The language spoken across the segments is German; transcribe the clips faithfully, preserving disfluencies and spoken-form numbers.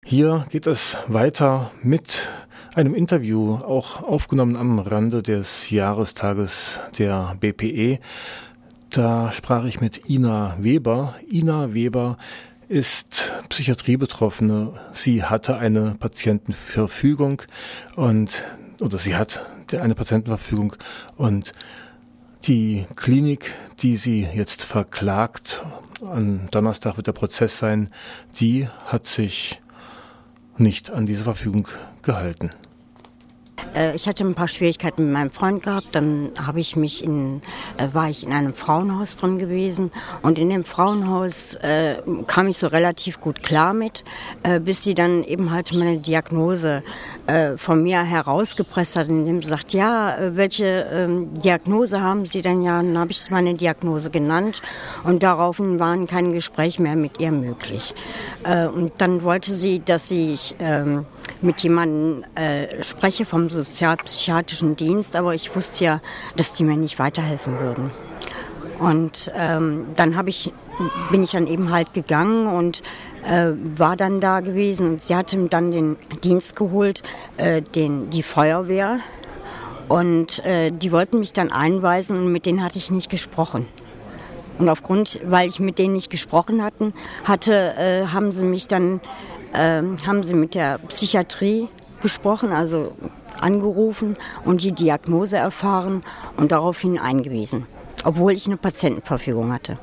Hier geht es weiter mit einem Interview, auch aufgenommen am Rande des Jahrestages der B P E. Da sprach ich mit Ina Weber. Ina Weber ist Psychiatriebetroffene. Sie hatte eine Patientenverfügung und oder sie hat eine Patientenverfügung und die Klinik, die sie jetzt verklagt, am Donnerstag wird der Prozess sein, die hat sich nicht an diese Verfügung gehalten. Ich hatte ein paar Schwierigkeiten mit meinem Freund gehabt, dann habe ich mich in, war ich in einem Frauenhaus drin gewesen und in dem Frauenhaus äh, kam ich so relativ gut klar mit, äh, bis die dann eben halt meine Diagnose äh, von mir herausgepresst hat, indem sie sagt, ja, welche ähm, Diagnose haben Sie denn? Ja, dann habe ich meine Diagnose genannt und daraufhin waren keine Gespräche mehr mit ihr möglich. Äh, und dann wollte sie, dass ich ähm, mit jemandem äh, spreche vom sozialpsychiatrischen Dienst, aber ich wusste ja, dass die mir nicht weiterhelfen würden. Und ähm, dann hab ich, bin ich dann eben halt gegangen und äh, war dann da gewesen. Und sie hatte dann den Dienst geholt, äh, den, die Feuerwehr. Und äh, die wollten mich dann einweisen und mit denen hatte ich nicht gesprochen. Und aufgrund, weil ich mit denen nicht gesprochen hatten, hatte, äh, haben sie mich dann Ähm, haben sie mit der Psychiatrie gesprochen, also angerufen und die Diagnose erfahren und daraufhin eingewiesen, obwohl ich eine Patientenverfügung hatte.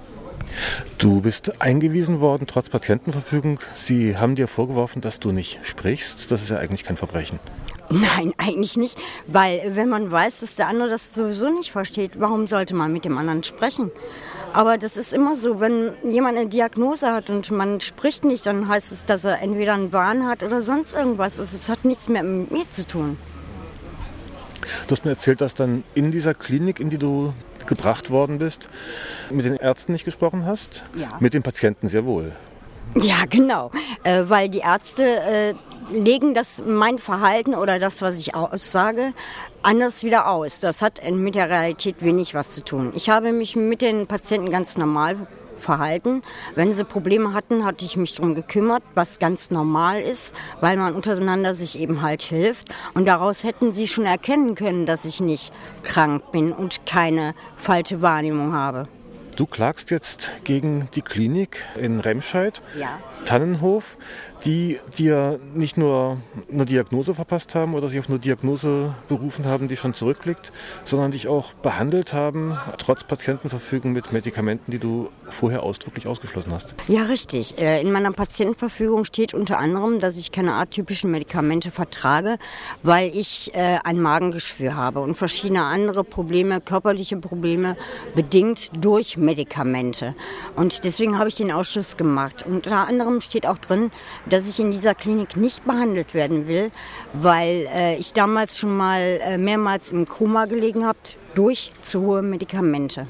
Du bist eingewiesen worden, trotz Patientenverfügung. Sie haben dir vorgeworfen, dass du nicht sprichst. Das ist ja eigentlich kein Verbrechen. Nein, eigentlich nicht, weil wenn man weiß, dass der andere das sowieso nicht versteht, warum sollte man mit dem anderen sprechen? Aber das ist immer so, wenn jemand eine Diagnose hat und man spricht nicht, dann heißt es, dass er entweder einen Wahn hat oder sonst irgendwas. Also es hat nichts mehr mit mir zu tun. Du hast mir erzählt, dass dann in dieser Klinik, in die du gebracht worden bist, mit den Ärzten nicht gesprochen hast? Ja. Mit den Patienten sehr wohl. Ja, genau, äh, weil die Ärzte äh, legen das mein Verhalten oder das, was ich aussage, anders wieder aus. Das hat mit der Realität wenig was zu tun. Ich habe mich mit den Patienten ganz normal verhalten. Wenn sie Probleme hatten, hatte ich mich darum gekümmert, was ganz normal ist, weil man untereinander sich eben halt hilft. Und daraus hätten sie schon erkennen können, dass ich nicht krank bin und keine falsche Wahrnehmung habe. Du klagst jetzt gegen die Klinik in Remscheid, ja. Tannenhof, die dir nicht nur eine Diagnose verpasst haben oder sich auf eine Diagnose berufen haben, die schon zurückliegt, sondern dich auch behandelt haben, trotz Patientenverfügung mit Medikamenten, die du vorher ausdrücklich ausgeschlossen hast. Ja, richtig. In meiner Patientenverfügung steht unter anderem, dass ich keine atypischen Medikamente vertrage, weil ich ein Magengeschwür habe und verschiedene andere Probleme, körperliche Probleme, bedingt durch Medikamente. Und deswegen habe ich den Ausschluss gemacht. Und unter anderem steht auch drin, dass ich in dieser Klinik nicht behandelt werden will, weil äh, ich damals schon mal äh, mehrmals im Koma gelegen habe durch zu hohe Medikamente.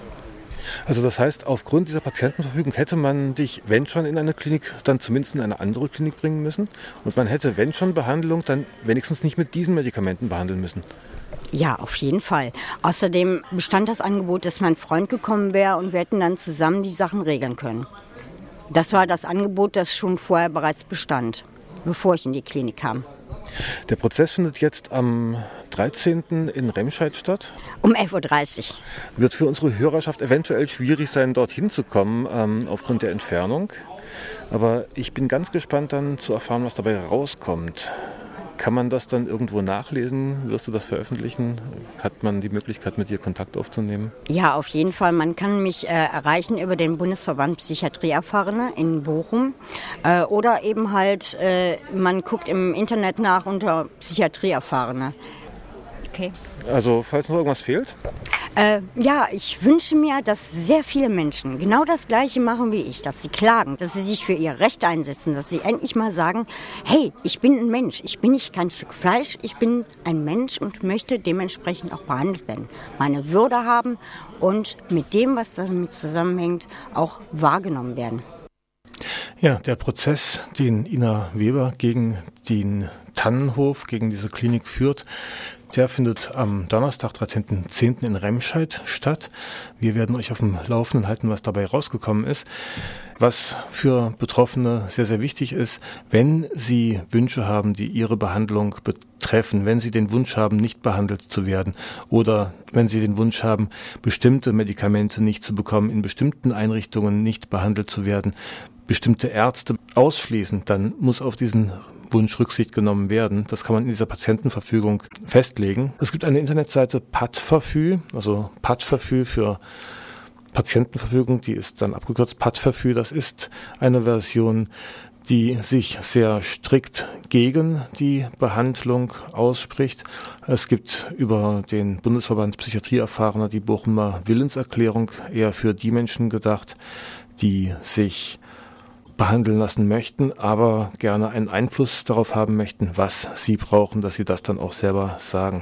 Also das heißt, aufgrund dieser Patientenverfügung hätte man dich, wenn schon in eine Klinik, dann zumindest in eine andere Klinik bringen müssen. Und man hätte, wenn schon Behandlung, dann wenigstens nicht mit diesen Medikamenten behandeln müssen. Ja, auf jeden Fall. Außerdem bestand das Angebot, dass mein Freund gekommen wäre und wir hätten dann zusammen die Sachen regeln können. Das war das Angebot, das schon vorher bereits bestand, bevor ich in die Klinik kam. Der Prozess findet jetzt am dreizehnten in Remscheid statt. Um elf Uhr dreißig. Wird für unsere Hörerschaft eventuell schwierig sein, dorthin zu kommen, ähm, aufgrund der Entfernung. Aber ich bin ganz gespannt dann zu erfahren, was dabei rauskommt. Kann man das dann irgendwo nachlesen? Wirst du das veröffentlichen? Hat man die Möglichkeit, mit dir Kontakt aufzunehmen? Ja, auf jeden Fall. Man kann mich äh, erreichen über den Bundesverband Psychiatrieerfahrene in Bochum. Äh, oder eben halt, äh, man guckt im Internet nach unter Psychiatrieerfahrene. Okay. Also, falls noch irgendwas fehlt? Äh, ja, ich wünsche mir, dass sehr viele Menschen genau das Gleiche machen wie ich, dass sie klagen, dass sie sich für ihr Recht einsetzen, dass sie endlich mal sagen, hey, ich bin ein Mensch, ich bin nicht kein Stück Fleisch, ich bin ein Mensch und möchte dementsprechend auch behandelt werden, meine Würde haben und mit dem, was damit zusammenhängt, auch wahrgenommen werden. Ja, der Prozess, den Ina Weber gegen den Tannenhof gegen diese Klinik führt, der findet am Donnerstag, dreizehnten zehnten in Remscheid statt. Wir werden euch auf dem Laufenden halten, was dabei rausgekommen ist. Was für Betroffene sehr, sehr wichtig ist, wenn sie Wünsche haben, die ihre Behandlung betreffen, wenn sie den Wunsch haben, nicht behandelt zu werden oder wenn sie den Wunsch haben, bestimmte Medikamente nicht zu bekommen, in bestimmten Einrichtungen nicht behandelt zu werden, bestimmte Ärzte ausschließen, dann muss auf diesen Wunsch Rücksicht genommen werden. Das kann man in dieser Patientenverfügung festlegen. Es gibt eine Internetseite Patverfü, also Patverfü für Patientenverfügung, die ist dann abgekürzt Patverfü. Das ist eine Version, die sich sehr strikt gegen die Behandlung ausspricht. Es gibt über den Bundesverband Psychiatrieerfahrener die Bochumer Willenserklärung, eher für die Menschen gedacht, die sich behandeln lassen möchten, aber gerne einen Einfluss darauf haben möchten, was sie brauchen, dass sie das dann auch selber sagen.